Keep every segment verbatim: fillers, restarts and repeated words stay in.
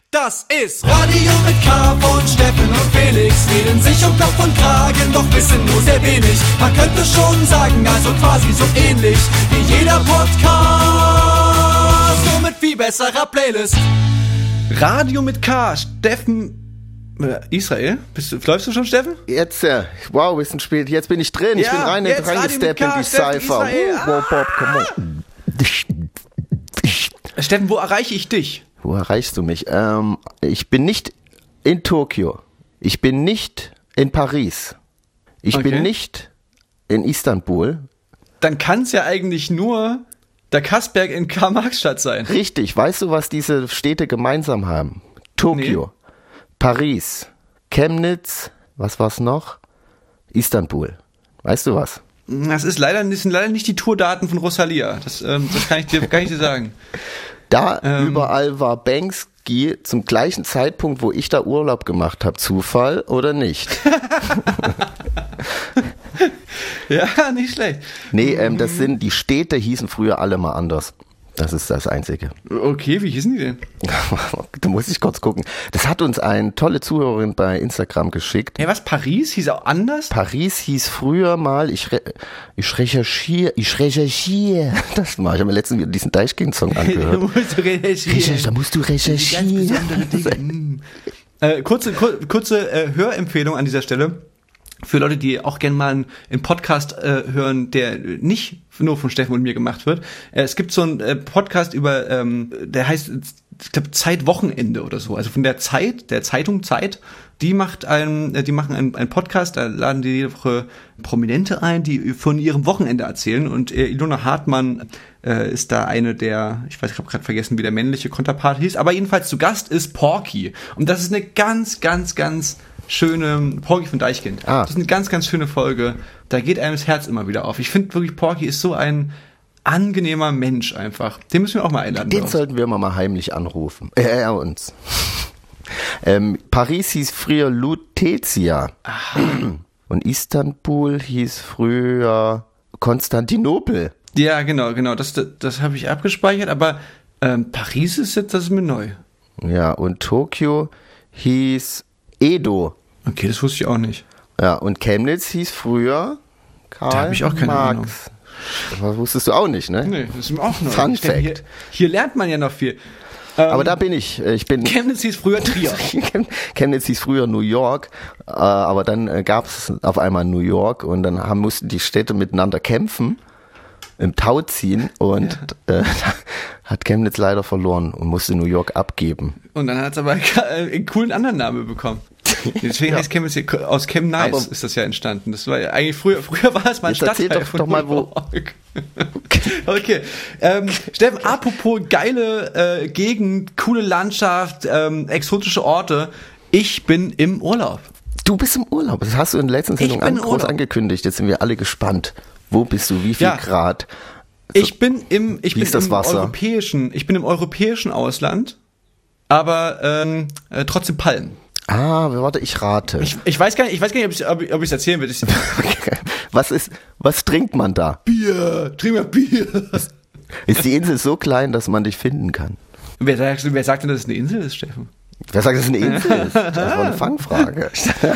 Das ist Radio mit K von Steffen und Felix. Reden sich um Kopf und Kragen, doch wissen nur sehr wenig. Man könnte schon sagen, also quasi so ähnlich wie jeder Podcast, nur mit viel besserer Playlist. Radio mit K, Steffen... Äh, Israel? Bist du, läufst du schon, Steffen? Jetzt, ja. Wow, ist ein Spiel. Jetzt bin ich drin. Ja, ich bin rein und reingesteppt in die Cypher. Uh, wow, Bob, komm on. Steffen, wo erreiche ich dich? Wo erreichst du mich? Ähm, ich bin nicht in Tokio. Ich bin nicht in Paris. Ich okay. bin nicht in Istanbul. Dann kann es ja eigentlich nur der Kassberg in Karl-Marx-Stadt sein. Richtig. Weißt du, was diese Städte gemeinsam haben? Tokio, nee. Paris, Chemnitz, was war's noch? Istanbul. Weißt du was? Das ist leider, das sind leider nicht die Tourdaten von Rosalia. Das, ähm, das kann ich dir, kann ich dir sagen. Da ähm, überall war Banksy zum gleichen Zeitpunkt, wo ich da Urlaub gemacht habe. Zufall oder nicht? Ja, nicht schlecht. Nee, ähm, das sind, die Städte hießen früher alle mal anders. Das ist das Einzige. Okay, wie hießen die denn? Da muss ich kurz gucken. Das hat uns eine tolle Zuhörerin bei Instagram geschickt. Ja, was? Paris hieß auch anders? Paris hieß früher mal, ich, re, ich recherchiere, ich recherchiere. Das mal. Ich habe mir letztens wieder diesen Deichkind-Song angehört. Da musst du recherchieren. Da musst du recherchieren. Ganz besondere Dinge. äh, kurze kur, kurze äh, Hörempfehlung an dieser Stelle. Für Leute, die auch gerne mal einen Podcast äh, hören, der nicht nur von Steffen und mir gemacht wird. Äh, es gibt so einen äh, Podcast über, ähm, der heißt, ich glaube, Zeitwochenende oder so. Also von der Zeit, der Zeitung Zeit. Die macht einen, äh, die machen einen, einen Podcast, da laden die jede Woche Prominente ein, die von ihrem Wochenende erzählen. Und äh, Ilona Hartmann äh, ist da eine der, ich weiß, ich habe gerade vergessen, wie der männliche Konterpart hieß. Aber jedenfalls zu Gast ist Porky. Und das ist eine ganz, ganz, ganz schöne Porky von Deichkind. Ah. Das ist eine ganz, ganz schöne Folge. Da geht einem das Herz immer wieder auf. Ich finde wirklich, Porky ist so ein angenehmer Mensch einfach. Den müssen wir auch mal einladen. Den sollten wir mal, mal heimlich anrufen. Äh, er uns. ähm, Paris hieß früher Lutetia. Aha. Und Istanbul hieß früher Konstantinopel. Ja, genau, genau. Das, das, das habe ich abgespeichert. Aber ähm, Paris ist jetzt, das ist mir neu. Ja, und Tokio hieß Edo. Okay, das wusste ich auch nicht. Ja, und Chemnitz hieß früher Karl Da habe ich auch keine Ahnung. Das wusstest du auch nicht, ne? Nee, das ist mir auch neu. Fun Fact. Hier, hier lernt man ja noch viel. Ähm, aber da bin ich. ich bin Chemnitz hieß früher Trier. Chemnitz hieß früher New York, äh, aber dann äh, gab es auf einmal New York und dann haben, mussten die Städte miteinander kämpfen, im Tau ziehen und ja. äh, hat Chemnitz leider verloren und musste New York abgeben. Und dann hat es aber einen coolen anderen Namen bekommen. Deswegen ja. heißt Chemnitz, aus Chem Nice aber ist das ja entstanden. Das war ja eigentlich früher, früher war es mal ein Stadtteil doch, von doch mal, wo. Okay. Ähm, Steffen, apropos geile äh, Gegend, coole Landschaft, ähm, exotische Orte. Ich bin im Urlaub. Du bist im Urlaub. Das hast du in der letzten Sendung an, groß angekündigt. Jetzt sind wir alle gespannt. Wo bist du? Wie viel ja. Grad? Also, ich bin im, ich wie bin ist das im Wasser? europäischen, ich bin im europäischen Ausland, aber ähm, äh, trotzdem Palmen. Ah, warte, ich rate. Ich, ich weiß gar nicht, ich weiß gar nicht, ob ich, ob ich es erzählen will. Okay. Was ist, was trinkt man da? Bier, trink mal Bier. Ist die Insel so klein, dass man dich finden kann? Wer sagt, wer sagt denn, dass es eine Insel ist, Steffen? Wer sagt, dass es eine Insel ist? Das war eine Fangfrage.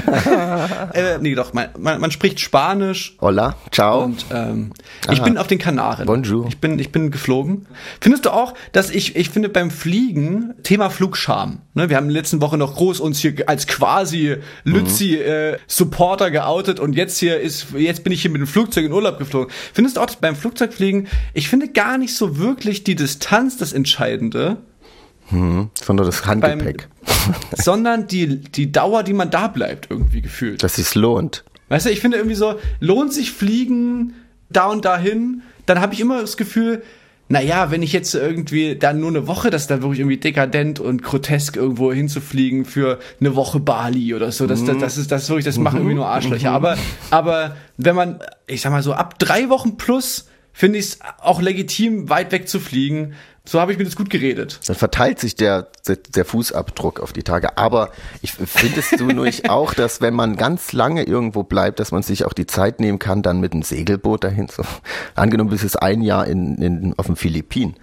äh, nee, doch, man, man, man spricht Spanisch. Hola, ciao. Und ähm, ich bin auf den Kanaren. Bonjour. Ich bin, ich bin geflogen. Findest du auch, dass ich, ich finde beim Fliegen, Thema Flugscham, ne, wir haben in der letzten Woche noch groß uns hier als quasi Lützi mhm. äh, Supporter geoutet und jetzt hier ist, jetzt bin ich hier mit dem Flugzeug in Urlaub geflogen. Findest du auch, dass beim Flugzeugfliegen, ich finde gar nicht so wirklich die Distanz das Entscheidende, Hm, sondern das Handgepäck. Beim, sondern die, die Dauer, die man da bleibt, irgendwie gefühlt. Dass sich's lohnt. Weißt du, ich finde irgendwie so, lohnt sich Fliegen da und dahin, dann habe ich immer das Gefühl, naja, wenn ich jetzt irgendwie dann nur eine Woche, das ist dann wirklich irgendwie dekadent und grotesk irgendwo hinzufliegen für eine Woche Bali oder so, das, mhm. das, das ist das ist wirklich, das machen irgendwie nur Arschlöcher. Mhm. Aber, aber wenn man, ich sag mal so, ab drei Wochen plus finde ich es auch legitim, weit weg zu fliegen. So habe ich mir das gut geredet. Dann verteilt sich der, der Fußabdruck auf die Tage. Aber ich findest du nicht auch, dass wenn man ganz lange irgendwo bleibt, dass man sich auch die Zeit nehmen kann, dann mit einem Segelboot dahin zu. Angenommen, bis es ein Jahr in, in, auf den Philippinen.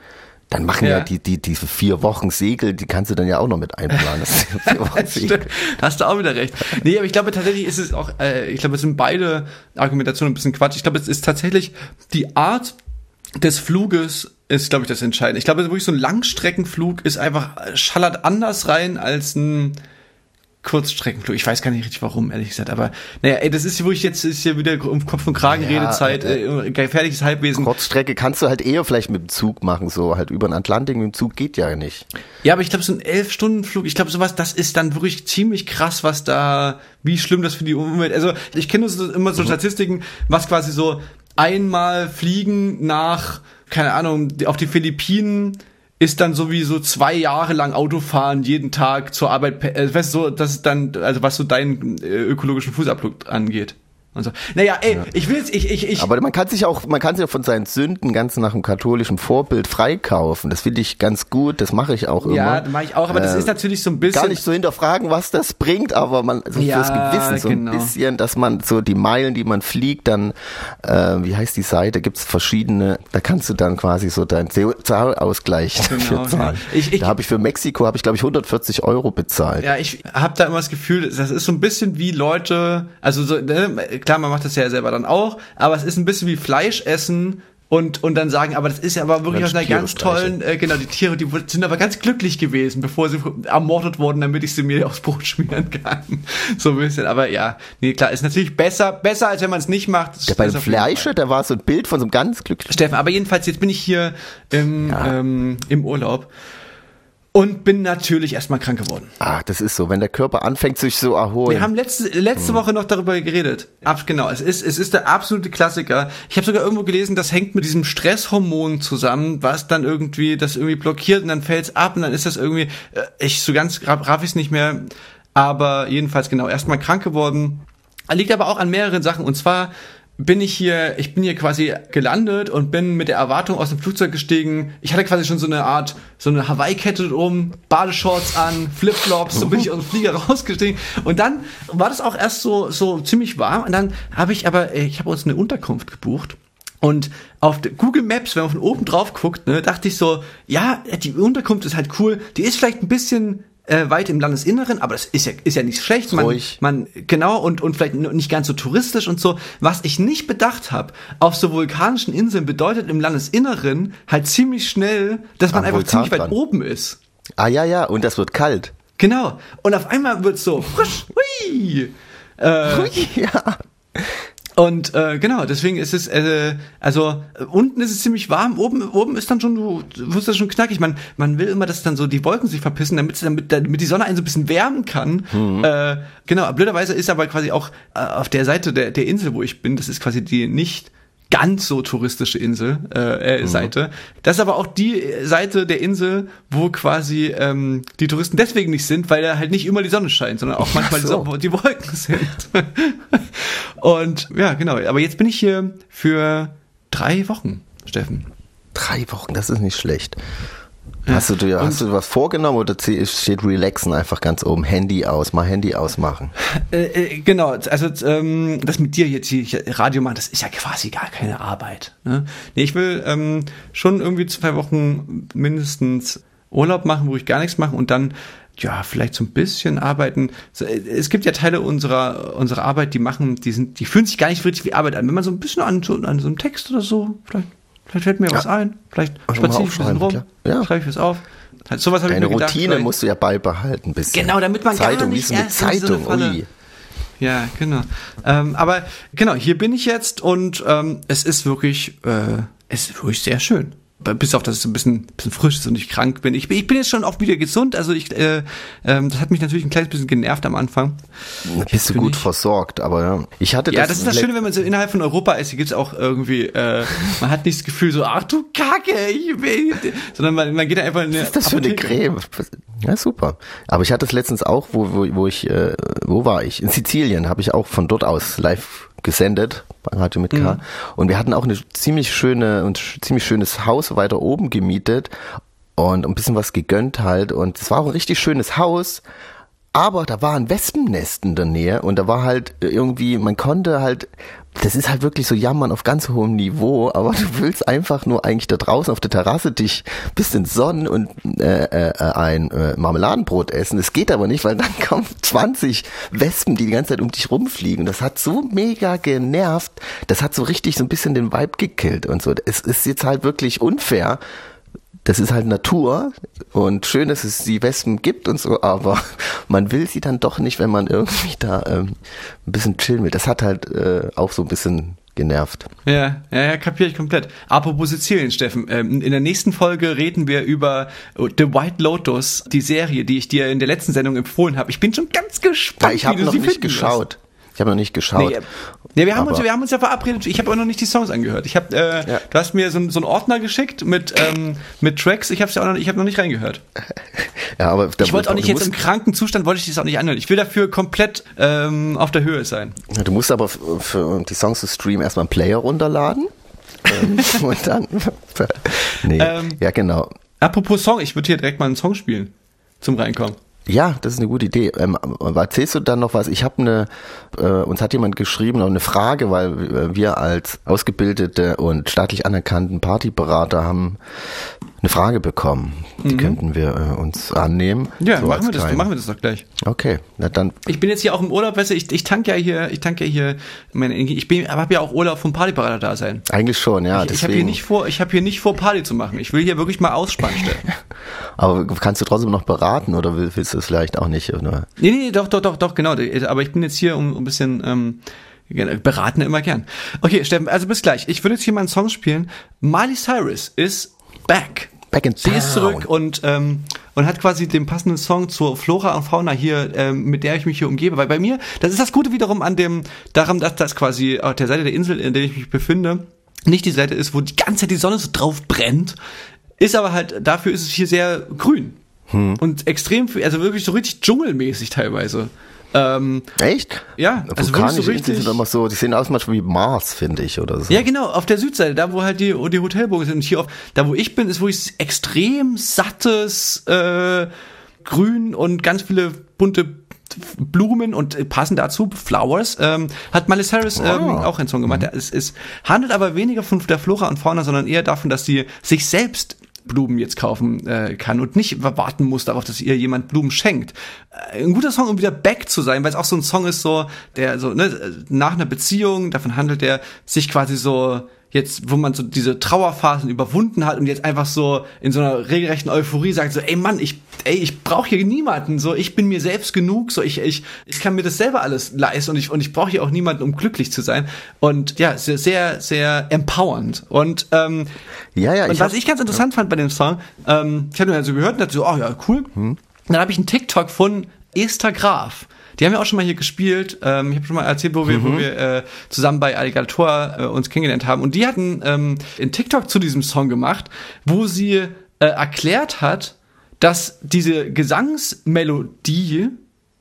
Dann machen ja, ja die, die, diese vier Wochen Segel, die kannst du dann ja auch noch mit einplanen. Das ist vier Wochen Segel. Da hast du auch wieder recht. Nee, aber ich glaube tatsächlich ist es auch, äh, ich glaube, es sind beide Argumentationen ein bisschen Quatsch. Ich glaube, es ist tatsächlich die Art des Fluges ist, glaube ich, das Entscheidende. Ich glaube, wirklich so ein Langstreckenflug ist einfach, schallert anders rein als ein Kurzstreckenflug. Ich weiß gar nicht richtig warum, ehrlich gesagt, aber naja, ey, das ist, wo ich jetzt ist hier wieder um Kopf und Kragen ja, Redezeit, äh, äh, gefährliches Halbwesen. Kurzstrecke kannst du halt eher vielleicht mit dem Zug machen, so halt über den Atlantik mit dem Zug geht ja nicht. Ja, aber ich glaube, so ein elf-Stunden-Flug, ich glaube, sowas, das ist dann wirklich ziemlich krass, was da, wie schlimm das für die Umwelt, also ich kenne so, immer so mhm. Statistiken, was quasi so einmal fliegen nach, keine Ahnung, auf die Philippinen ist dann sowieso zwei Jahre lang Autofahren jeden Tag zur Arbeit, äh, weißt du, so, das ist dann, also was so deinen äh, ökologischen Fußabdruck angeht. Und so. Naja, ey, ja. ich will jetzt, ich, ich, ich. Aber man kann sich auch, man kann sich auch von seinen Sünden ganz nach dem katholischen Vorbild freikaufen. Das finde ich ganz gut, das mache ich auch immer. Ja, das mache ich auch, aber äh, das ist natürlich so ein bisschen. Gar nicht so hinterfragen, was das bringt, aber man, so ja, fürs Gewissen so genau. ein bisschen, dass man so die Meilen, die man fliegt, dann, äh, wie heißt die Seite, gibt's verschiedene, da kannst du dann quasi so deinen C O zwei Ausgleich genau, zahlen. Ich, ich, da habe ich für Mexiko, habe ich glaube ich hundertvierzig Euro bezahlt. Ja, ich habe da immer das Gefühl, das ist so ein bisschen wie Leute, also so, ne, klar, man macht das ja selber dann auch, aber es ist ein bisschen wie Fleisch essen und und dann sagen, aber das ist ja aber wirklich aus einer ganz tollen, äh, genau, die Tiere, die sind aber ganz glücklich gewesen, bevor sie ermordet wurden, damit ich sie mir aufs Brot schmieren kann. So ein bisschen, aber ja, nee, klar, ist natürlich besser, besser als wenn man es nicht macht. Der beim Fleischer, da war so ein Bild von so einem ganz glücklichen. Steffen, aber jedenfalls, jetzt bin ich hier im, ja. ähm, im Urlaub. Und bin natürlich erstmal krank geworden. Ah, das ist so, wenn der Körper anfängt sich so erholen. Wir haben letzte letzte hm. Woche noch darüber geredet. Ab, genau, es ist es ist der absolute Klassiker. Ich habe sogar irgendwo gelesen, das hängt mit diesem Stresshormon zusammen, was dann irgendwie das irgendwie blockiert und dann fällt's ab und dann ist das irgendwie, äh, ich so ganz raff ich es nicht mehr, aber jedenfalls genau, erstmal krank geworden. Liegt aber auch an mehreren Sachen und zwar bin ich hier, ich bin hier quasi gelandet und bin mit der Erwartung aus dem Flugzeug gestiegen. Ich hatte quasi schon so eine Art, so eine Hawaii-Kette oben, Badeshorts an, Flipflops, so bin ich aus dem Flieger rausgestiegen. Und dann war das auch erst so, so ziemlich warm. Und dann habe ich aber, ich habe uns eine Unterkunft gebucht. Und auf Google Maps, wenn man von oben drauf guckt, ne, dachte ich so, ja, die Unterkunft ist halt cool. Die ist vielleicht ein bisschen Äh, weit im Landesinneren, aber das ist ja ist ja nicht schlecht. Man, Ruhig. man genau und und vielleicht nicht ganz so touristisch und so. Was ich nicht bedacht habe, auf so vulkanischen Inseln bedeutet im Landesinneren halt ziemlich schnell, dass man Am einfach Vulkan ziemlich weit dran. oben ist. Ah ja ja und das wird kalt. Genau. Und auf einmal wird's so frisch. Hui. Äh, Hui, ja. Und äh, genau, deswegen ist es, äh, also äh, unten ist es ziemlich warm, oben oben ist dann schon, du wirst das schon knackig. Man man will immer, dass dann so die Wolken sich verpissen, damit damit, damit die Sonne einen so ein bisschen wärmen kann. Mhm. Äh, genau, blöderweise ist aber quasi auch äh, auf der Seite der der Insel, wo ich bin, das ist quasi die nicht ganz so touristische Insel, äh, äh, mhm. Seite. Das ist aber auch die Seite der Insel, wo quasi ähm, die Touristen deswegen nicht sind, weil da halt nicht immer die Sonne scheint, sondern auch manchmal so. die, die Wolken sind. Und ja, genau. Aber jetzt bin ich hier für drei Wochen, Steffen. Drei Wochen, das ist nicht schlecht. Hast du dir, hast du was vorgenommen oder steht Relaxen einfach ganz oben? Handy aus, mal Handy ausmachen. Äh, äh, genau, also ähm, das mit dir jetzt hier Radio machen, das ist ja quasi gar keine Arbeit. Ne? Nee, ich will ähm, schon irgendwie zwei Wochen mindestens Urlaub machen, wo ich gar nichts mache und dann ja, vielleicht so ein bisschen arbeiten. Es gibt ja Teile unserer unserer Arbeit, die machen, die sind, die fühlen sich gar nicht richtig wie Arbeit an. Wenn man so ein bisschen an so, an so einem Text oder so, vielleicht Vielleicht fällt mir ja was ein. Vielleicht spaziere ich ein bisschen rum. Ja. Schreibe ich was auf. Halt, sowas habe ich mir gedacht. Deine Routine musst du ja beibehalten. Bisschen. Genau, damit man Zeitung, gar nicht wie so eine Zeitung. Ui. Ja, genau. Ähm, aber genau, hier bin ich jetzt und ähm, es ist wirklich, äh, es ist wirklich sehr schön. Bis auf, dass es ein bisschen, bisschen frisch ist und ich krank bin. Ich bin, ich bin jetzt schon auch wieder gesund. Also ich, äh, ähm, das hat mich natürlich ein kleines bisschen genervt am Anfang. Bist jetzt du gut ich, versorgt, aber ja. Ich hatte ja, das. das ist das Schöne, wenn man so innerhalb von Europa ist. Hier gibt's auch irgendwie, äh, man hat nicht das Gefühl so, ach du Kacke, ich will, sondern man, man geht da einfach in eine Was ist das Apotheke. Für eine Creme? Ja, super. Aber ich hatte das letztens auch, wo, wo, wo ich, äh, wo war ich? In Sizilien habe ich auch von dort aus live gesendet, bei Radio mit K. Mhm. Und wir hatten auch eine ziemlich schöne und ziemlich schönes Haus weiter oben gemietet und ein bisschen was gegönnt halt. Und es war auch ein richtig schönes Haus, aber da war ein Wespennest in der Nähe und da war halt irgendwie, man konnte halt, das ist halt wirklich so Jammern auf ganz hohem Niveau, aber du willst einfach nur eigentlich da draußen auf der Terrasse dich bisschen sonnen und äh, äh, ein äh, Marmeladenbrot essen. Es geht aber nicht, weil dann kommen zwanzig Wespen, die die ganze Zeit um dich rumfliegen. Das hat so mega genervt, das hat so richtig so ein bisschen den Vibe gekillt und so. Es ist jetzt halt wirklich unfair. Das ist halt Natur und schön, dass es die Wespen gibt und so, aber man will sie dann doch nicht, wenn man irgendwie da ähm, ein bisschen chillen will. Das hat halt äh, auch so ein bisschen genervt. Ja, ja, ja, kapiere ich komplett. Apropos Sizilien, Steffen, ähm, in der nächsten Folge reden wir über The White Lotus, die Serie, die ich dir in der letzten Sendung empfohlen habe. Ich bin schon ganz gespannt, ja, ich habe noch nicht geschaut. Wirst. Ich habe noch nicht geschaut. Nee, ja, wir haben uns, wir haben uns ja verabredet. Ich habe aber noch nicht die Songs angehört. Ich habe, äh, ja. Du hast mir so, so einen Ordner geschickt mit ähm, mit Tracks. Ich habe ja auch noch, ich habe noch nicht reingehört. Ja, aber ich wollte auch nicht jetzt im kranken Zustand wollte ich das auch nicht anhören. Ich will dafür komplett ähm, auf der Höhe sein. Ja, du musst aber für, für die Songs zu streamen erstmal einen Player runterladen ähm, und dann. Nee, ähm, ja genau. Apropos Song, ich würde hier direkt mal einen Song spielen zum Reinkommen. Ja, das ist eine gute Idee. Ähm, erzählst du dann noch was? Ich habe eine, äh, uns hat jemand geschrieben, noch eine Frage, weil wir als ausgebildete und staatlich anerkannten Partyberater haben eine Frage bekommen. Die mhm. könnten wir äh, uns annehmen. Ja, so machen wir das, klein. machen wir das doch gleich. Okay, na dann. Ich bin jetzt hier auch im Urlaub, weißt du, ich, ich tank ja hier, ich tank ja hier, meine, ich bin, aber habe ja auch Urlaub vom Partyberater da sein. Eigentlich schon, ja. Ich, ich habe hier nicht vor, ich habe hier nicht vor Party zu machen. Ich will hier wirklich mal Ausspann stellen. Aber kannst du trotzdem noch beraten oder willst du es vielleicht auch nicht? Oder? Nee, nee, doch, doch, doch, doch, genau. Aber ich bin jetzt hier um, um ein bisschen ähm, beraten immer gern. Okay, Steffen, also bis gleich. Ich würde jetzt hier mal einen Song spielen. Miley Cyrus ist back. Back in Sie ist zurück und ähm, und hat quasi den passenden Song zur Flora und Fauna hier, ähm, mit der ich mich hier umgebe. Weil bei mir, das ist das Gute wiederum an dem, daran, dass das quasi auf der Seite der Insel, in der ich mich befinde, nicht die Seite ist, wo die ganze Zeit die Sonne so drauf brennt, ist aber halt, dafür ist es hier sehr grün. Hm. Und extrem, also wirklich so richtig dschungelmäßig teilweise. Ähm, Echt? Ja, also wirklich so richtig. Sind immer so, die sehen aus manchmal wie Mars, finde ich, oder so. Ja, genau, auf der Südseite, da wo halt die, die Hotelburgen sind. Und hier auf, da wo ich bin, ist wirklich extrem sattes äh, Grün und ganz viele bunte Blumen und passend dazu Flowers, ähm, hat Miley Cyrus ähm, oh. auch einen Song gemacht. Mhm. Es, es handelt aber weniger von der Flora und Fauna, sondern eher davon, dass sie sich selbst Blumen jetzt kaufen äh, kann und nicht warten muss darauf, dass ihr jemand Blumen schenkt. Äh, ein guter Song, um wieder back zu sein, weil es auch so ein Song ist, so der so ne, nach einer Beziehung, davon handelt er sich quasi so jetzt, wo man so diese Trauerphasen überwunden hat und jetzt einfach so in so einer regelrechten Euphorie sagt so, ey Mann, ich ey, ich brauche hier niemanden, so ich bin mir selbst genug, so ich ich ich kann mir das selber alles leisten und ich und ich brauche hier auch niemanden, um glücklich zu sein. Und ja, sehr sehr sehr empowernd. Und ähm, ja, ja, und ich was ich ganz interessant ja. fand bei dem Song, ähm, ich habe ihn also gehört und dachte so, oh ja, cool. Hm. Dann habe ich einen TikTok von Esther Graf. Die haben ja auch schon mal hier gespielt. Ähm, ich habe schon mal erzählt, wo wir, mhm. wo wir äh, zusammen bei Alligator äh, uns kennengelernt haben. Und die hatten ähm, einen TikTok zu diesem Song gemacht, wo sie äh, erklärt hat, dass diese Gesangsmelodie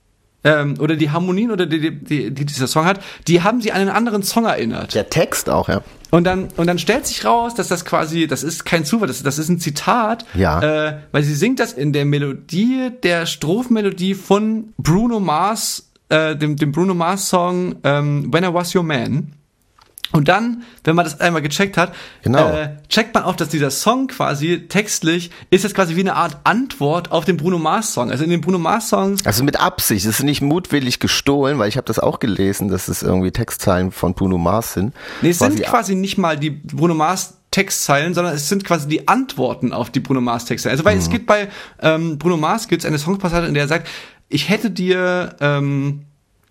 ähm, oder die Harmonien oder die, die, die dieser Song hat, die haben sie an einen anderen Song erinnert. Der Text auch, ja. Und dann, und dann stellt sich raus, dass das quasi, das ist kein Zufall, das, das ist ein Zitat, ja. äh, weil sie singt das in der Melodie, der Strophenmelodie von Bruno Mars, äh, dem, dem Bruno Mars Song ähm, When I Was Your Man. Und dann, wenn man das einmal gecheckt hat, genau. äh, checkt man auch, dass dieser Song quasi textlich ist jetzt quasi wie eine Art Antwort auf den Bruno Mars Song. Also in den Bruno Mars Songs. Also mit Absicht, das ist nicht mutwillig gestohlen, weil ich habe das auch gelesen, dass es irgendwie Textzeilen von Bruno Mars sind. Nee, es sind quasi nicht mal die Bruno Mars Textzeilen, sondern es sind quasi die Antworten auf die Bruno Mars Textzeilen. Also weil mhm. es gibt bei ähm, Bruno Mars gibt's eine Songpassage, in der er sagt, ich hätte dir ähm,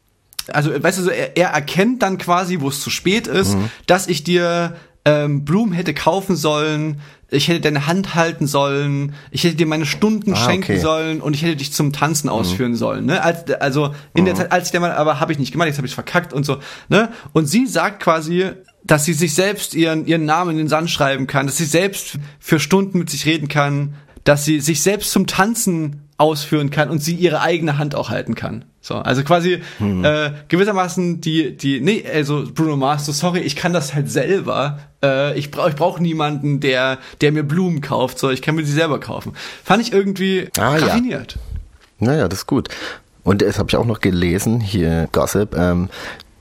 also, weißt du, so, er, er erkennt dann quasi, wo es zu spät ist, mhm. dass ich dir ähm, Blumen hätte kaufen sollen, ich hätte deine Hand halten sollen, ich hätte dir meine Stunden ah, schenken okay. sollen und ich hätte dich zum Tanzen ausführen mhm. sollen. Ne? Als, also in mhm. der Zeit, als ich der mal, aber habe ich nicht gemacht, jetzt habe ich verkackt und so. Ne? Und sie sagt quasi, dass sie sich selbst ihren ihren Namen in den Sand schreiben kann, dass sie selbst für Stunden mit sich reden kann, dass sie sich selbst zum Tanzen ausführen kann und sie ihre eigene Hand auch halten kann. So, also quasi hm. äh, gewissermaßen die die nee, also Bruno Mars, so sorry, ich kann das halt selber. Äh, ich brauche ich brauche niemanden, der der mir Blumen kauft, so ich kann mir die selber kaufen. Fand ich irgendwie ah, raffiniert. Ja. Naja, das ist gut. Und das habe ich auch noch gelesen, hier Gossip, ähm,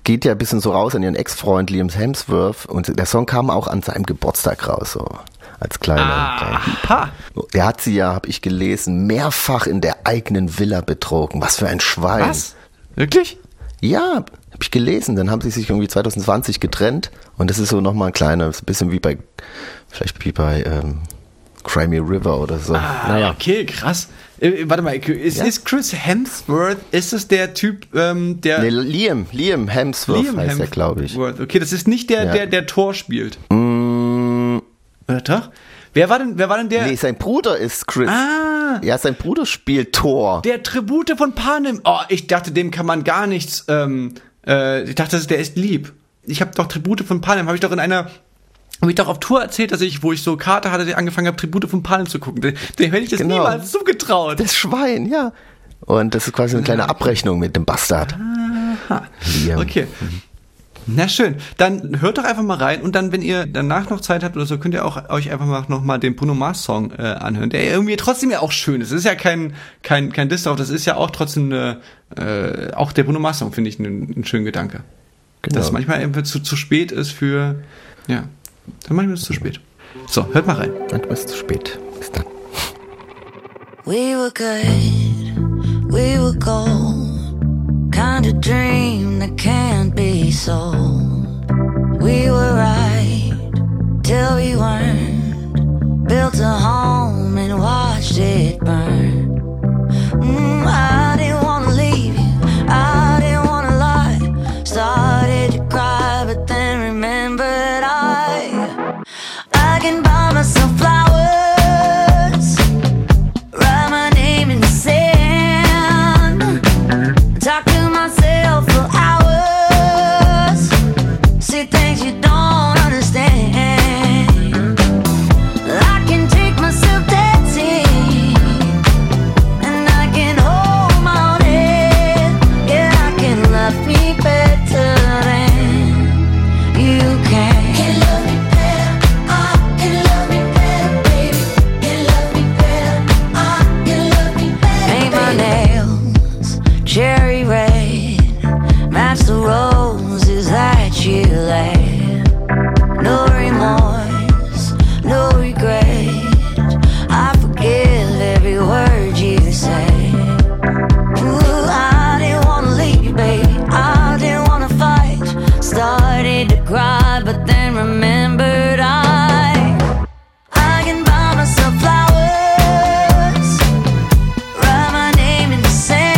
geht ja ein bisschen so raus an ihren Ex-Freund Liam Hemsworth und der Song kam auch an seinem Geburtstag raus, so als kleiner. Aha. Der hat sie ja, habe ich gelesen, mehrfach in der eigenen Villa betrogen. Was für ein Schwein. Was? Wirklich? Ja, habe ich gelesen. Dann haben sie sich irgendwie zwanzig zwanzig getrennt und das ist so nochmal ein kleiner, ein bisschen wie bei, vielleicht wie bei ähm, Crimey River oder so. Ah, naja. Okay, krass. Äh, warte mal, ist, ja? ist Chris Hemsworth, ist es der Typ, ähm, der... Nee, Liam, Liam Hemsworth Liam heißt er, glaube ich. Okay, das ist nicht der, ja. der, der Thor spielt. Mm. Oder doch? Wer war denn, wer war denn der? Nee, sein Bruder ist Chris. Ah. Ja, sein Bruder spielt Thor. Der Tribute von Panem. Oh, ich dachte, dem kann man gar nichts, ähm, äh, ich dachte, der ist lieb. Ich habe doch Tribute von Panem, habe ich doch in einer... Habe ich doch auf Tour erzählt, dass ich, wo ich so Karte hatte, der angefangen habe, Tribute von Panem zu gucken. Dem, dem hätte ich das genau. niemals zugetraut. Das Schwein, ja. Und das ist quasi eine kleine Abrechnung mit dem Bastard. Aha. Liam. Okay. Na schön. Dann hört doch einfach mal rein und dann, wenn ihr danach noch Zeit habt oder so, könnt ihr auch euch einfach mal noch mal den Bruno Mars Song äh, anhören, der irgendwie trotzdem ja auch schön ist. Es ist ja kein kein kein Diss drauf, das ist ja auch trotzdem eine, äh, auch der Bruno Mars Song finde ich einen, einen schönen Gedanke. Genau. Dass es manchmal einfach zu zu spät ist für ja. Dann manchmal ist es zu spät. So, hört mal rein. Manchmal ist es zu spät. Bis dann. We were good, we were gold, kind of dream that can't be sold. We were right till we weren't, built a home and watched it burn. Mm, I didn't wanna leave you, I didn't wanna lie, started to cry but then remembered I I can buy myself flowers, write my name in the sand, talk to myself for hours, see things you don't understand. I can take myself dancing, and I can hold my own head. Yeah, I can love me better than you can. Cherry red, match the roses that you laid. No remorse, no regret, I forgive every word you say. Ooh, I didn't wanna leave, baby, I didn't wanna fight. Started to cry, but then remembered I I can buy myself flowers, write my name in the sand.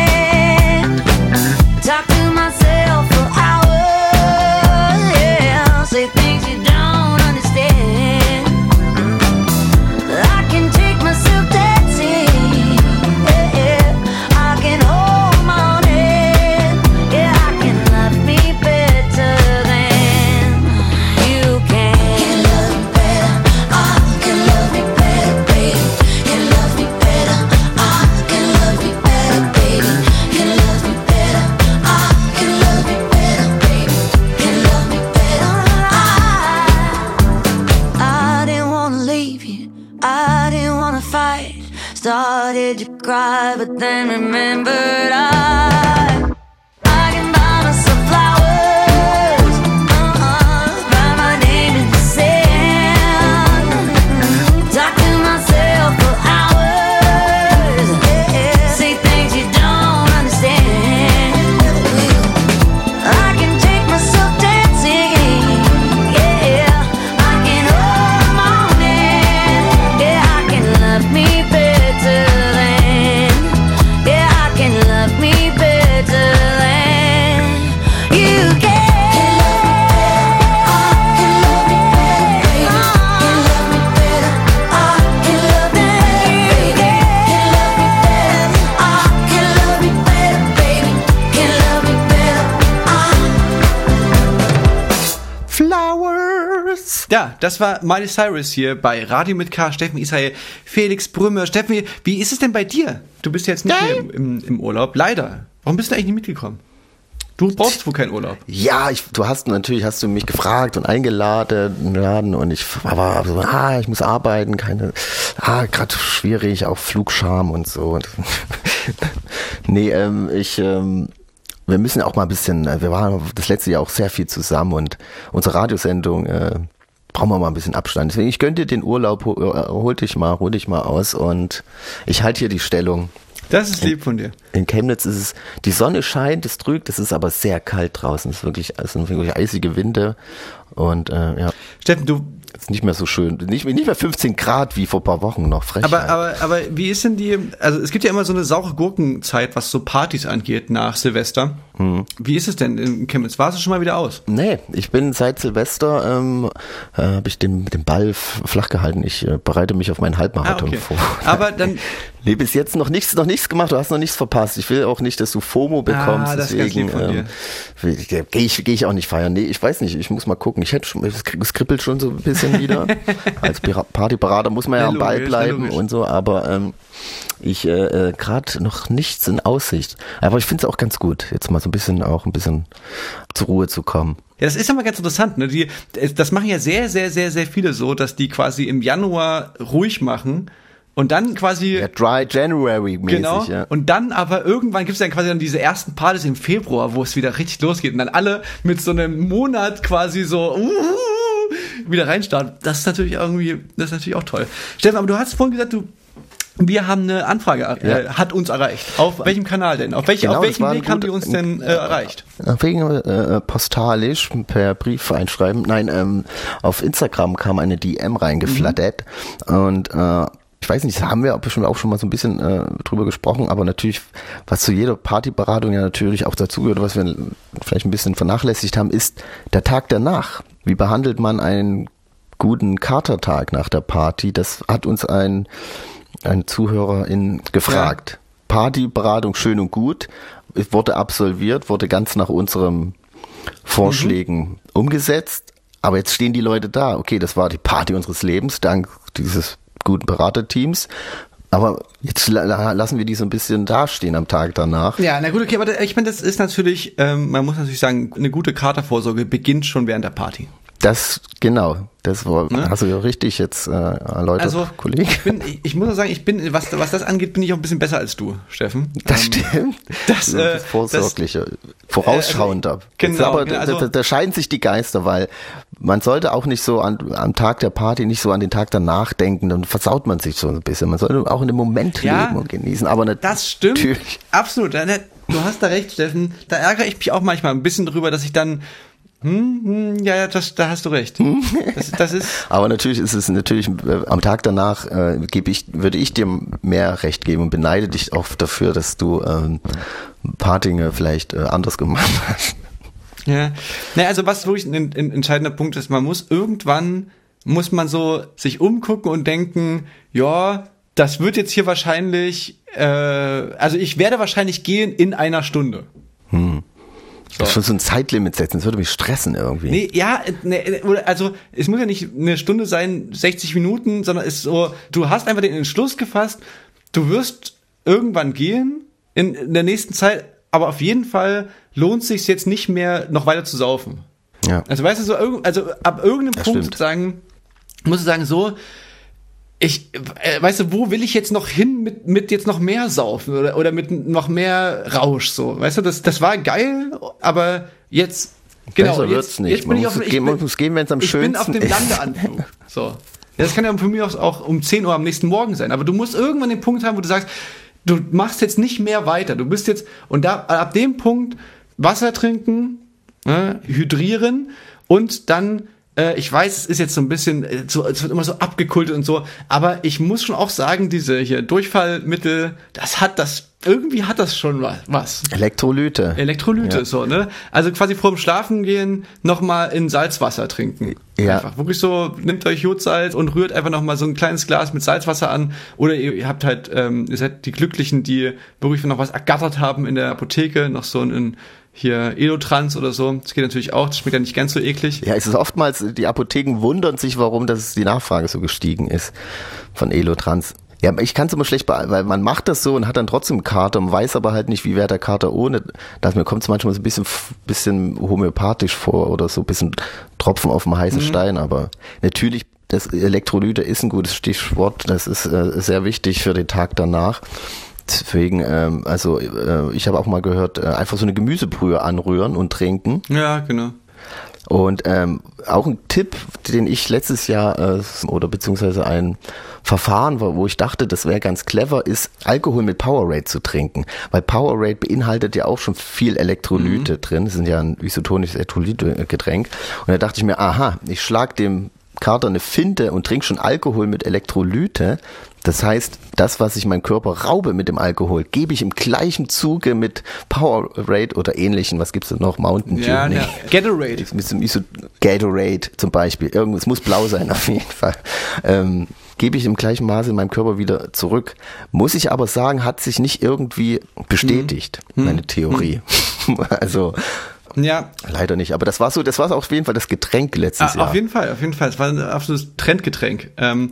Started to cry, but then remembered I I can buy myself flowers, uh-uh, write my name in the sand, talk to myself for hours, yeah, say things you don't understand. I can take myself dancing, yeah, I can hold my own hand, yeah, I can love me better. Yeah, I can love me better than you can. Flowers. Ja, das war Miley Cyrus hier bei Radio mit K, Steffen Israel, Felix Brümmer. Steffen, wie ist es denn bei dir? Du bist jetzt nicht mehr im, im, im Urlaub, leider. Warum bist du eigentlich nicht mitgekommen? Du brauchst wohl keinen Urlaub. Ja, ich, du hast natürlich hast du mich gefragt und eingeladen und ich war so, ah, ich muss arbeiten, keine, ah, gerade schwierig, auch Flugscham und so. Nee, ähm, ich, ähm, wir müssen auch mal ein bisschen, wir waren das letzte Jahr auch sehr viel zusammen und unsere Radiosendung, äh, brauchen wir mal ein bisschen Abstand. Deswegen, ich gönn dir den Urlaub, hol dich mal, ruh dich mal aus und ich halte hier die Stellung. Das ist lieb von dir. In Chemnitz ist es, die Sonne scheint, es trügt, es ist aber sehr kalt draußen. Es ist wirklich, es sind wirklich eisige Winde und äh, ja. Steffen, du... Es ist nicht mehr so schön, nicht, nicht mehr fünfzehn Grad wie vor ein paar Wochen noch, frech. Aber, aber, aber wie ist denn die, also es gibt ja immer so eine saure Gurkenzeit, was so Partys angeht nach Silvester. Hm. Wie ist es denn in Chemnitz? Warst du schon mal wieder aus? Nee, ich bin seit Silvester, ähm, äh, habe ich den, den Ball flach gehalten. Ich äh, bereite mich auf meinen Halbmarathon ah, okay. vor. Aber dann... Nee, bis jetzt noch nichts, noch nichts gemacht, du hast noch nichts verpasst. Ich will auch nicht, dass du FOMO bekommst. Ah, das ist ganz lieb von dir. Ähm, Gehe ich, geh ich auch nicht feiern. Nee, ich weiß nicht, ich muss mal gucken. Ich hätte schon, es kribbelt schon so ein bisschen wieder. Als Partyberater muss man ja, ja am Ball bleiben und so, aber ähm, ich äh, gerade noch nichts in Aussicht. Aber ich finde es auch ganz gut, jetzt mal so ein bisschen auch ein bisschen zur Ruhe zu kommen. Ja, das ist aber ganz interessant, ne? Die, das machen ja sehr, sehr, sehr, sehr viele so, dass die quasi im Januar ruhig machen. Und dann quasi... Ja, Dry January mäßig, genau, ja. Und dann aber irgendwann gibt es dann quasi dann diese ersten Partys im Februar, wo es wieder richtig losgeht. Und dann alle mit so einem Monat quasi so uh, wieder reinstarten. Das ist natürlich irgendwie, das ist natürlich auch toll. Steffen, aber du hast vorhin gesagt, du... Wir haben eine Anfrage, äh, ja. hat uns erreicht. Auf welchem Kanal denn? Auf, welch, genau, auf welchem Weg gut, haben die uns denn äh, erreicht? Wegen äh, postalisch, per Brief einschreiben. Nein, ähm, auf Instagram kam eine D M reingeflattert mhm. und äh, ich weiß nicht, das haben wir bestimmt auch schon mal so ein bisschen äh, drüber gesprochen, aber natürlich, was zu jeder Partyberatung ja natürlich auch dazugehört, was wir vielleicht ein bisschen vernachlässigt haben, ist der Tag danach. Wie behandelt man einen guten Katertag nach der Party? Das hat uns ein, ein Zuhörerin gefragt. Ja. Partyberatung schön und gut, wurde absolviert, wurde ganz nach unseren Vorschlägen mhm. umgesetzt, aber jetzt stehen die Leute da. Okay, das war die Party unseres Lebens, dank dieses guten Beraterteams. Aber jetzt la- lassen wir die so ein bisschen dastehen am Tag danach. Ja, na gut, okay, aber ich meine, das ist natürlich, ähm, man muss natürlich sagen, eine gute Katervorsorge beginnt schon während der Party. Das, genau, das war, ne? Hast du ja richtig jetzt äh, erläutert, also, Kollege. Ich, bin, ich muss nur sagen, ich bin, was, was das angeht, bin ich auch ein bisschen besser als du, Steffen. Das ähm, stimmt. Das, äh, das Vorsorglicher, vorausschauender. Äh, also, genau, aber genau, also, da, da scheiden sich die Geister, weil man sollte auch nicht so an, am Tag der Party nicht so an den Tag danach denken, dann versaut man sich so ein bisschen. Man sollte auch in dem Moment ja, leben und genießen. Aber nicht, das stimmt, natürlich. Absolut. Du hast da recht, Steffen. Da ärgere ich mich auch manchmal ein bisschen drüber, dass ich dann Hm, hm, ja, ja, das, da hast du recht. Das, das ist. Aber natürlich ist es natürlich äh, am Tag danach äh, gebe ich, würde ich dir mehr Recht geben und beneide dich auch dafür, dass du ähm, ein paar Dinge vielleicht äh, anders gemacht hast. Ja, naja, also was wirklich ein, ein entscheidender Punkt ist, man muss irgendwann muss man so sich umgucken und denken, ja, das wird jetzt hier wahrscheinlich, äh, also ich werde wahrscheinlich gehen in einer Stunde. Hm. So. Das ist schon so ein Zeitlimit setzen, das würde mich stressen irgendwie. Nee, ja, nee, also es muss ja nicht eine Stunde sein, sechzig Minuten, sondern es ist so, du hast einfach den Entschluss gefasst, du wirst irgendwann gehen in, in der nächsten Zeit, aber auf jeden Fall lohnt es sich jetzt nicht mehr, noch weiter zu saufen. Ja. Also weißt du, so, also ab irgendeinem das Punkt stimmt. sozusagen, musst du sagen, so, ich, äh, weißt du, wo will ich jetzt noch hin mit, mit jetzt noch mehr saufen oder, oder mit noch mehr Rausch, so, weißt du, das, das war geil, aber jetzt, genau, besser jetzt, wird's nicht. jetzt bin man ich muss auf, ich gehen, bin, man muss gehen, wenn es am ich schönsten bin auf dem Landeanflug, so. Ja, das kann ja für mich auch um zehn Uhr am nächsten Morgen sein, aber du musst irgendwann den Punkt haben, wo du sagst, du machst jetzt nicht mehr weiter, du bist jetzt, und da, ab dem Punkt Wasser trinken, ne, hydrieren und dann ich weiß, es ist jetzt so ein bisschen, es wird immer so abgekultet und so, aber ich muss schon auch sagen, diese hier Durchfallmittel, das hat das, irgendwie hat das schon was. Elektrolyte. Elektrolyte, ja. So, ne? Also quasi vor dem Schlafengehen nochmal in Salzwasser trinken. Ja. Einfach wirklich so, nehmt euch Jodsalz und rührt einfach nochmal so ein kleines Glas mit Salzwasser an. Oder ihr, ihr habt halt, ähm, ihr seid die Glücklichen, die wirklich noch was ergattert haben in der Apotheke, noch so ein hier Elotrans oder so, das geht natürlich auch, das schmeckt ja nicht ganz so eklig. Ja, es ist oftmals, die Apotheken wundern sich, warum das die Nachfrage so gestiegen ist von Elotrans. Ja, ich kann es immer schlecht behalten, weil man macht das so und hat dann trotzdem Kater, man weiß aber halt nicht, wie wäre der Kater ohne. Das, mir kommt es manchmal so ein bisschen, bisschen homöopathisch vor oder so ein bisschen Tropfen auf dem heißen mhm. Stein, aber natürlich, das Elektrolyte ist ein gutes Stichwort, das ist äh, sehr wichtig für den Tag danach. Deswegen, ähm, also äh, ich habe auch mal gehört, äh, einfach so eine Gemüsebrühe anrühren und trinken. Ja, genau. Und ähm, auch ein Tipp, den ich letztes Jahr äh, oder beziehungsweise ein Verfahren, wo ich dachte, das wäre ganz clever, ist Alkohol mit Powerade zu trinken. Weil Powerade beinhaltet ja auch schon viel Elektrolyte mhm. drin. Das sind ja ein isotonisches Elektrolytgetränk. Und da dachte ich mir, aha, ich schlag dem Kater eine Finte und trinke schon Alkohol mit Elektrolyte. Das heißt, das, was ich meinem Körper raube mit dem Alkohol, gebe ich im gleichen Zuge mit Powerade oder ähnlichen. Was gibt's denn noch? Mountain Dew? Ja, nee. ja. Gatorade. Mit dem Iso- Gatorade zum Beispiel. Irgendwas muss blau sein auf jeden Fall. Ähm, gebe ich im gleichen Maße in meinem Körper wieder zurück. Muss ich aber sagen, hat sich nicht irgendwie bestätigt, hm. meine Theorie. Hm. Also ja. Leider nicht. Aber das war so, das war auf jeden Fall das Getränk letztes ah, Jahr. Auf jeden Fall, auf jeden Fall. Es war ein absolutes Trendgetränk. Ähm,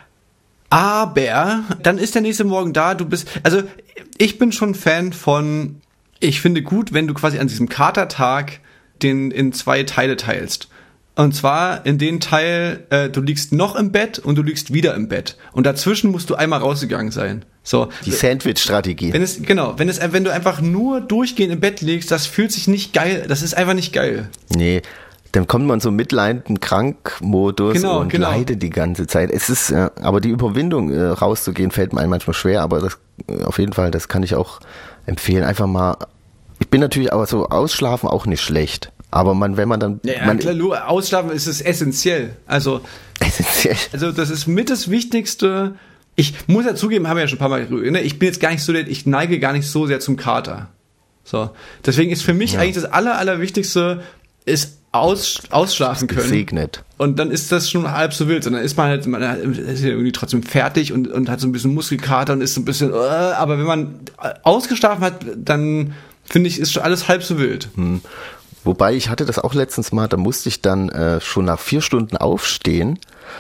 aber dann ist der nächste Morgen da, du bist, also ich bin schon Fan von, ich finde gut, wenn du quasi an diesem Katertag den in zwei Teile teilst. Und zwar in den Teil, äh, du liegst noch im Bett und du liegst wieder im Bett. Und dazwischen musst du einmal rausgegangen sein. So. Die Sandwich-Strategie. Wenn es, genau, wenn es, wenn du einfach nur durchgehend im Bett liegst, das fühlt sich nicht geil, das ist einfach nicht geil. Nee. Dann kommt man so mitleidenden Krankmodus genau, und genau. leidet die ganze Zeit. Es ist, äh, aber die Überwindung äh, rauszugehen fällt mir manchmal schwer, aber das äh, auf jeden Fall, das kann ich auch empfehlen. Einfach mal, ich bin natürlich aber so ausschlafen auch nicht schlecht. Aber man, wenn man dann, ja, man, klar, nur ausschlafen ist es essentiell. Also, essentiell. Also das ist mit das Wichtigste. Ich muss ja zugeben, haben wir ja schon ein paar Mal darüber, ne? Ich bin jetzt gar nicht so, ich neige gar nicht so sehr zum Kater. So, deswegen ist für mich ja. eigentlich das aller, allerwichtigste, ist aus, ausschlafen können. Gesegnet. Und dann ist das schon halb so wild. Und dann ist man halt, man ist ja irgendwie trotzdem fertig und, und hat so ein bisschen Muskelkater und ist so ein bisschen, uh, aber wenn man ausgeschlafen hat, dann finde ich, ist schon alles halb so wild. Hm. Wobei, ich hatte das auch letztens mal, da musste ich dann äh, schon nach vier Stunden aufstehen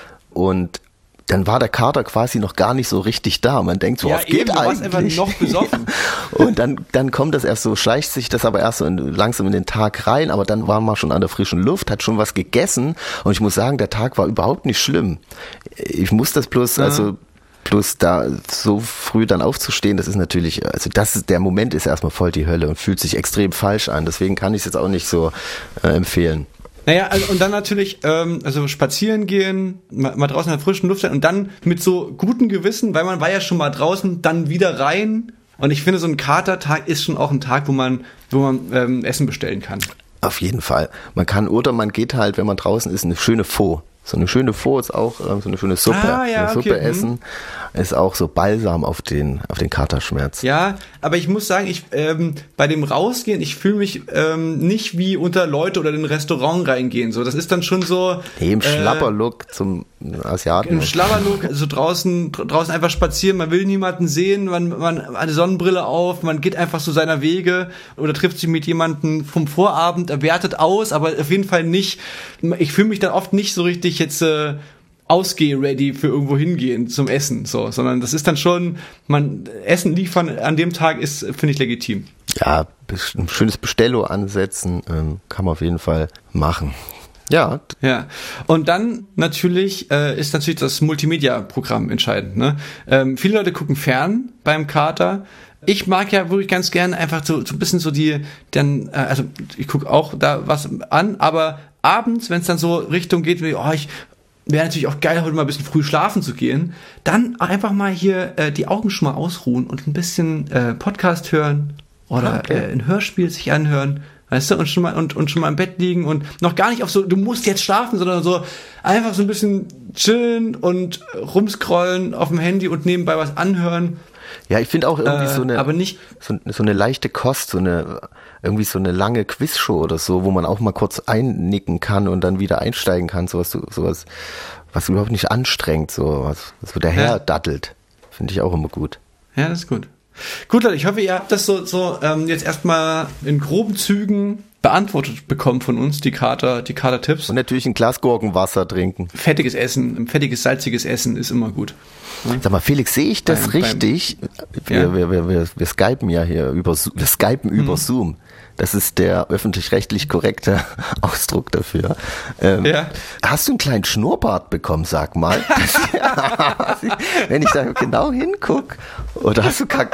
und dann war der Kater quasi noch gar nicht so richtig da. Man denkt so, ja, was geht eben, eigentlich? Du warst einfach noch besoffen. Und dann, dann kommt das erst so, schleicht sich das aber erst so in, langsam in den Tag rein, aber dann war man schon an der frischen Luft, hat schon was gegessen und ich muss sagen, der Tag war überhaupt nicht schlimm. Ich muss das bloß, ja. also bloß da so früh dann aufzustehen, das ist natürlich, also das ist, der Moment ist erstmal voll die Hölle und fühlt sich extrem falsch an. Deswegen kann ich es jetzt auch nicht so äh, empfehlen. Naja, also und dann natürlich, ähm, also spazieren gehen, mal, mal draußen in der frischen Luft sein und dann mit so gutem Gewissen, weil man war ja schon mal draußen, dann wieder rein. Und ich finde, so ein Katertag ist schon auch ein Tag, wo man, wo man ähm, Essen bestellen kann. Auf jeden Fall. Man kann, oder man geht halt, wenn man draußen ist, eine schöne Pho. So eine schöne Pho ist auch ähm, so eine schöne Suppe. Ah, ja, eine okay. Suppe essen ist auch so Balsam auf den auf den Katerschmerz. Ja, aber ich muss sagen, ich ähm, bei dem Rausgehen, ich fühle mich ähm, nicht wie unter Leute oder in ein Restaurant reingehen. So, das ist dann schon so. Nee, im äh, Schlapperlook zum Asiaten. Im Schlapperlook, also draußen draußen einfach spazieren. Man will niemanden sehen. Man man hat eine Sonnenbrille auf. Man geht einfach so seiner Wege oder trifft sich mit jemandem vom Vorabend, er wertet aus, aber auf jeden Fall nicht. Ich fühle mich dann oft nicht so richtig jetzt äh, ausgeh-ready für irgendwo hingehen zum Essen, so, sondern das ist dann schon, man Essen liefern an dem Tag ist, finde ich, legitim. Ja, ein schönes Bestello ansetzen ähm, kann man auf jeden Fall machen. Ja. Ja. Und dann natürlich äh, ist natürlich das Multimedia-Programm entscheidend. Ne? Ähm, viele Leute gucken fern beim Kater. Ich mag ja wirklich ganz gern einfach so, so ein bisschen so die, dann, äh, also ich gucke auch da was an, aber abends, wenn es dann so Richtung geht, wie, oh, ich wäre natürlich auch geil, heute mal ein bisschen früh schlafen zu gehen, dann einfach mal hier äh, die Augen schon mal ausruhen und ein bisschen äh, Podcast hören oder okay. äh, ein Hörspiel sich anhören, weißt du, und schon mal und, und schon mal im Bett liegen und noch gar nicht auf so, du musst jetzt schlafen, sondern so einfach so ein bisschen chillen und rumscrollen auf dem Handy und nebenbei was anhören. Ja, ich finde auch irgendwie äh, so eine, aber nicht so, so eine leichte Kost, so eine, irgendwie so eine lange Quizshow oder so, wo man auch mal kurz einnicken kann und dann wieder einsteigen kann, sowas, sowas, was überhaupt nicht anstrengt, so, was, was so daher ja. dattelt. Finde ich auch immer gut. Ja, das ist gut. Gut, Leute, ich hoffe, ihr habt das so, so ähm, jetzt erstmal in groben Zügen beantwortet bekommen von uns, die Kater, die Kater-Tipps. Und natürlich ein Glas Gurkenwasser trinken. Fettiges Essen, fettiges, salziges Essen ist immer gut. Sag mal, Felix, sehe ich das beim, richtig? Beim, wir, ja. wir, wir, wir, wir skypen ja hier über, wir skypen hm. über Zoom. Das ist der öffentlich-rechtlich korrekte Ausdruck dafür. Ähm, ja. Hast du einen kleinen Schnurrbart bekommen, sag mal? Das, ja, wenn ich da genau hingucke. Oder hast du gar,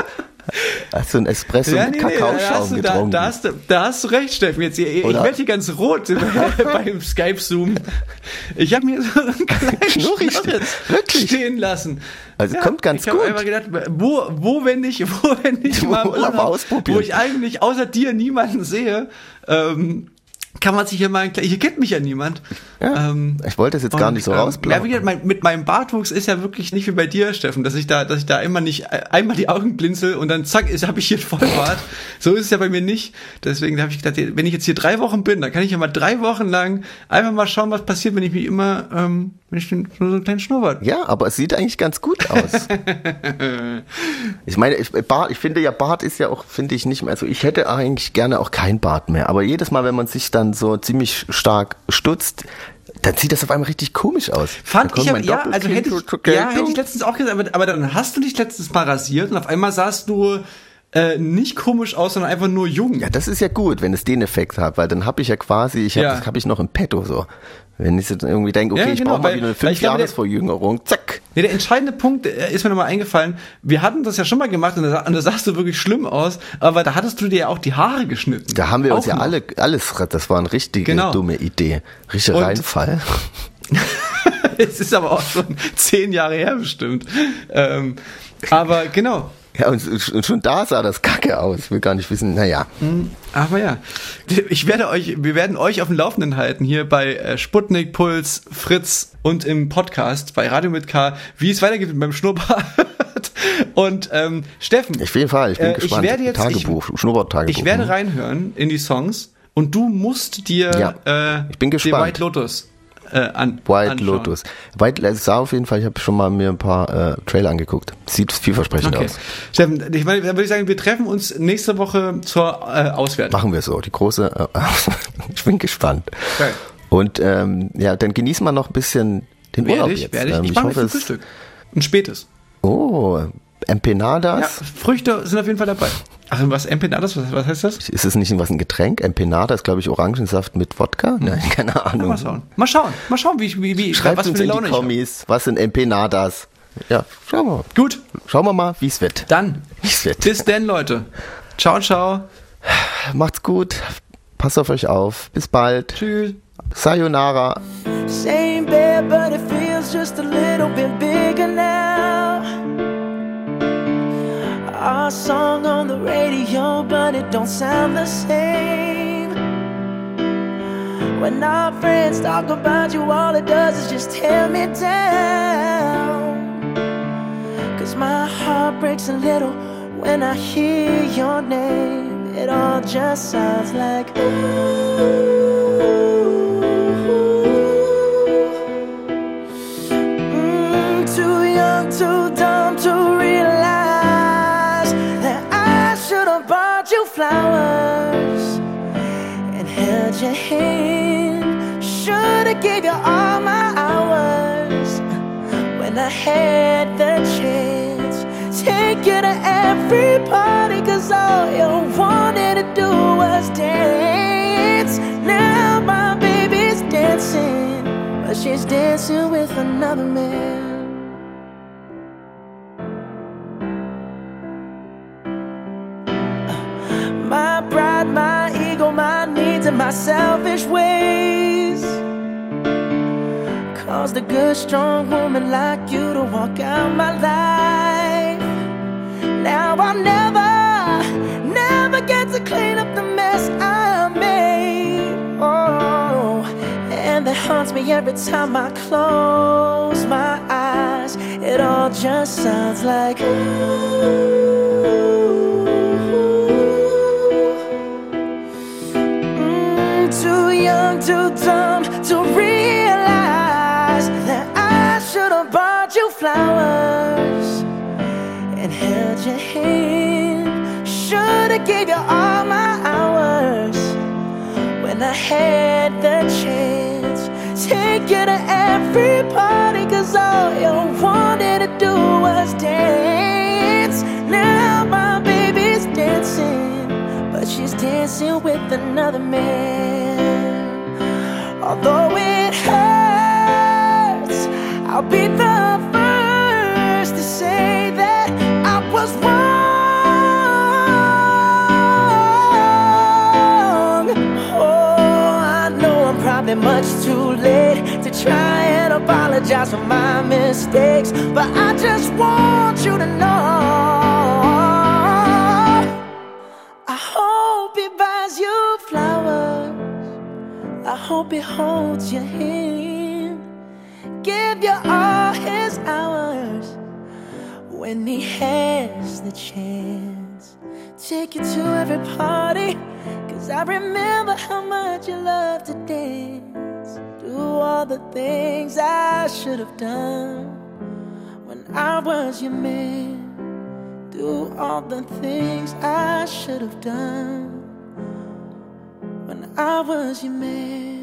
Hast du ein Espresso Ja, mit nee, nee, da Kakaoschaum hast, du, da, getrunken? da, hast du, da hast du recht, Steffen. Jetzt, ich ich werde hier ganz rot beim Skype-Zoom. Ich habe mir so einen kleinen Schnurri Schnorritz Wirklich? stehen lassen. Also kommt ganz ich gut. Ich habe einfach gedacht, wo, wo wenn ich, wo wenn ich mal im Urlaub Urlaub, ausprobieren. wo ich eigentlich außer dir niemanden sehe, ähm, kann man sich hier mal, hier kennt mich ja niemand. Ja, ähm, ich wollte es jetzt gar nicht so ähm, rausplaudern. Ja, wie gesagt, mein, mit meinem Bartwuchs ist ja wirklich nicht wie bei dir, Steffen, dass ich da, dass ich da immer nicht einmal die Augen blinzel und dann zack, habe ich hier Vollbart. So ist es ja bei mir nicht. Deswegen habe ich gedacht, wenn ich jetzt hier drei Wochen bin, dann kann ich ja mal drei Wochen lang einfach mal schauen, was passiert, wenn ich mich immer, ähm, wenn ich nur so einen kleinen Schnurrbart. Ja, aber es sieht eigentlich ganz gut aus. Ich meine, ich, Bart, ich finde ja, Bart ist ja auch, finde ich nicht mehr, also ich hätte eigentlich gerne auch kein Bart mehr, aber jedes Mal, wenn man sich dann so ziemlich stark stutzt, dann sieht das auf einmal richtig komisch aus. Fand ich ja, mein ja, also hätte ich, ja, hätte ich letztens auch gesagt, aber, aber dann hast du dich letztens mal rasiert und auf einmal sahst du äh, nicht komisch aus, sondern einfach nur jung. Ja, das ist ja gut, wenn es den Effekt hat, weil dann habe ich ja quasi, ich habe Ja. das habe ich noch im Petto so. Wenn ich jetzt irgendwie denke, okay, Ja, ich genau, brauche mal weil- wieder eine weil ich glaube, der- Fünf-Jahres-Verjüngerung, zack. Nee, der entscheidende Punkt äh, ist mir nochmal eingefallen. Wir hatten das ja schon mal gemacht und da, und da sahst du wirklich schlimm aus, aber da hattest du dir ja auch die Haare geschnitten. Da haben wir uns Auch ja noch. alle, alles, das war eine richtige Genau. dumme Idee. Richtiger Und- Reinfall. Es ist aber auch schon zehn Jahre her bestimmt. Ähm, aber genau. Ja, und, und schon da sah das kacke aus. Ich will gar nicht wissen, naja. Aber ja, ich werde euch, wir werden euch auf dem Laufenden halten hier bei äh, Sputnik, Puls, Fritz und im Podcast bei Radio mit K, wie es weitergeht mit meinem Schnurrbart. Und ähm, Steffen, Auf jeden Fall, ich bin äh, gespannt. Ich werde jetzt, Tagebuch, Schnurrbart-Tagebuch. ich werde Mhm. reinhören in die Songs und du musst dir Ja, äh, ich bin den gespannt. White Lotus äh, an White anschauen. Lotus. White, es sah auf jeden Fall, ich habe schon mal mir ein paar äh, Trailer angeguckt. Sieht vielversprechend Okay. aus. Steffen, ich meine, dann würde ich sagen, wir treffen uns nächste Woche zur äh, Auswertung. Machen wir so, die große, äh, ich bin gespannt. Geil. Und ähm, ja, dann genießen wir noch ein bisschen den Werde Urlaub ich, jetzt. werde ich. Ähm, Ich mache mir hoffe, ein es- Frühstück. Ein spätes. Oh, Empanadas. Ja, Früchte sind auf jeden Fall dabei. Ach, was Empanadas, was, was heißt das? Ist es nicht was ein Getränk? Empanada ist, glaube ich, Orangensaft mit Wodka? Nein, keine Ahnung. Mal schauen. Mal schauen. Mal schauen, wie, wie, wie Schreibt was für uns eine in die Laune ich habe. Kommis, was sind Empanadas? Ja, schauen wir mal. Gut, Schauen wir mal, wie es wird. dann. Wie es wird. Bis denn, Leute. Ciao, ciao. Macht's gut. Passt auf euch auf. Bis bald. Tschüss. Sayonara. Same bed, but it feels just a little bit bigger now. Our song on the radio, but it don't sound the same. When our friends talk about you, all it does is just tear me down. Cause my heart breaks a little when I hear your name. It all just sounds like ooh. Too young, too dumb to realize that I should have bought you flowers and held your hand. Should have gave you all my hours when I had the chance. Take you to every party, cause all you wanted to do was dance. Now my baby's dancing, but she's dancing with another man. My pride, my ego, my needs, and my selfish ways caused a good, strong woman like you to walk out my life. Now I'll never, never get to clean up the mess I made. Oh, and that haunts me every time I close my eyes. It all just sounds like ooh. Too young, too dumb to realize that I should have bought you flowers and held your hand. Should have gave you all my hours when I had the chance. Take you to every party, cause all you wanted to do was dance. Now my baby's dancing, but she's dancing with another man. Although it hurts, I'll be the first to say that I was wrong. then much too late to try and apologize for my mistakes. But I just want you to know, I hope he buys you flowers, I hope he holds your hand, give you all his hours when he has the chance. Take you to every party, cause I remember how much you loved to dance. Do all the things I should have done when I was your man. Do all the things I should have done when I was your man.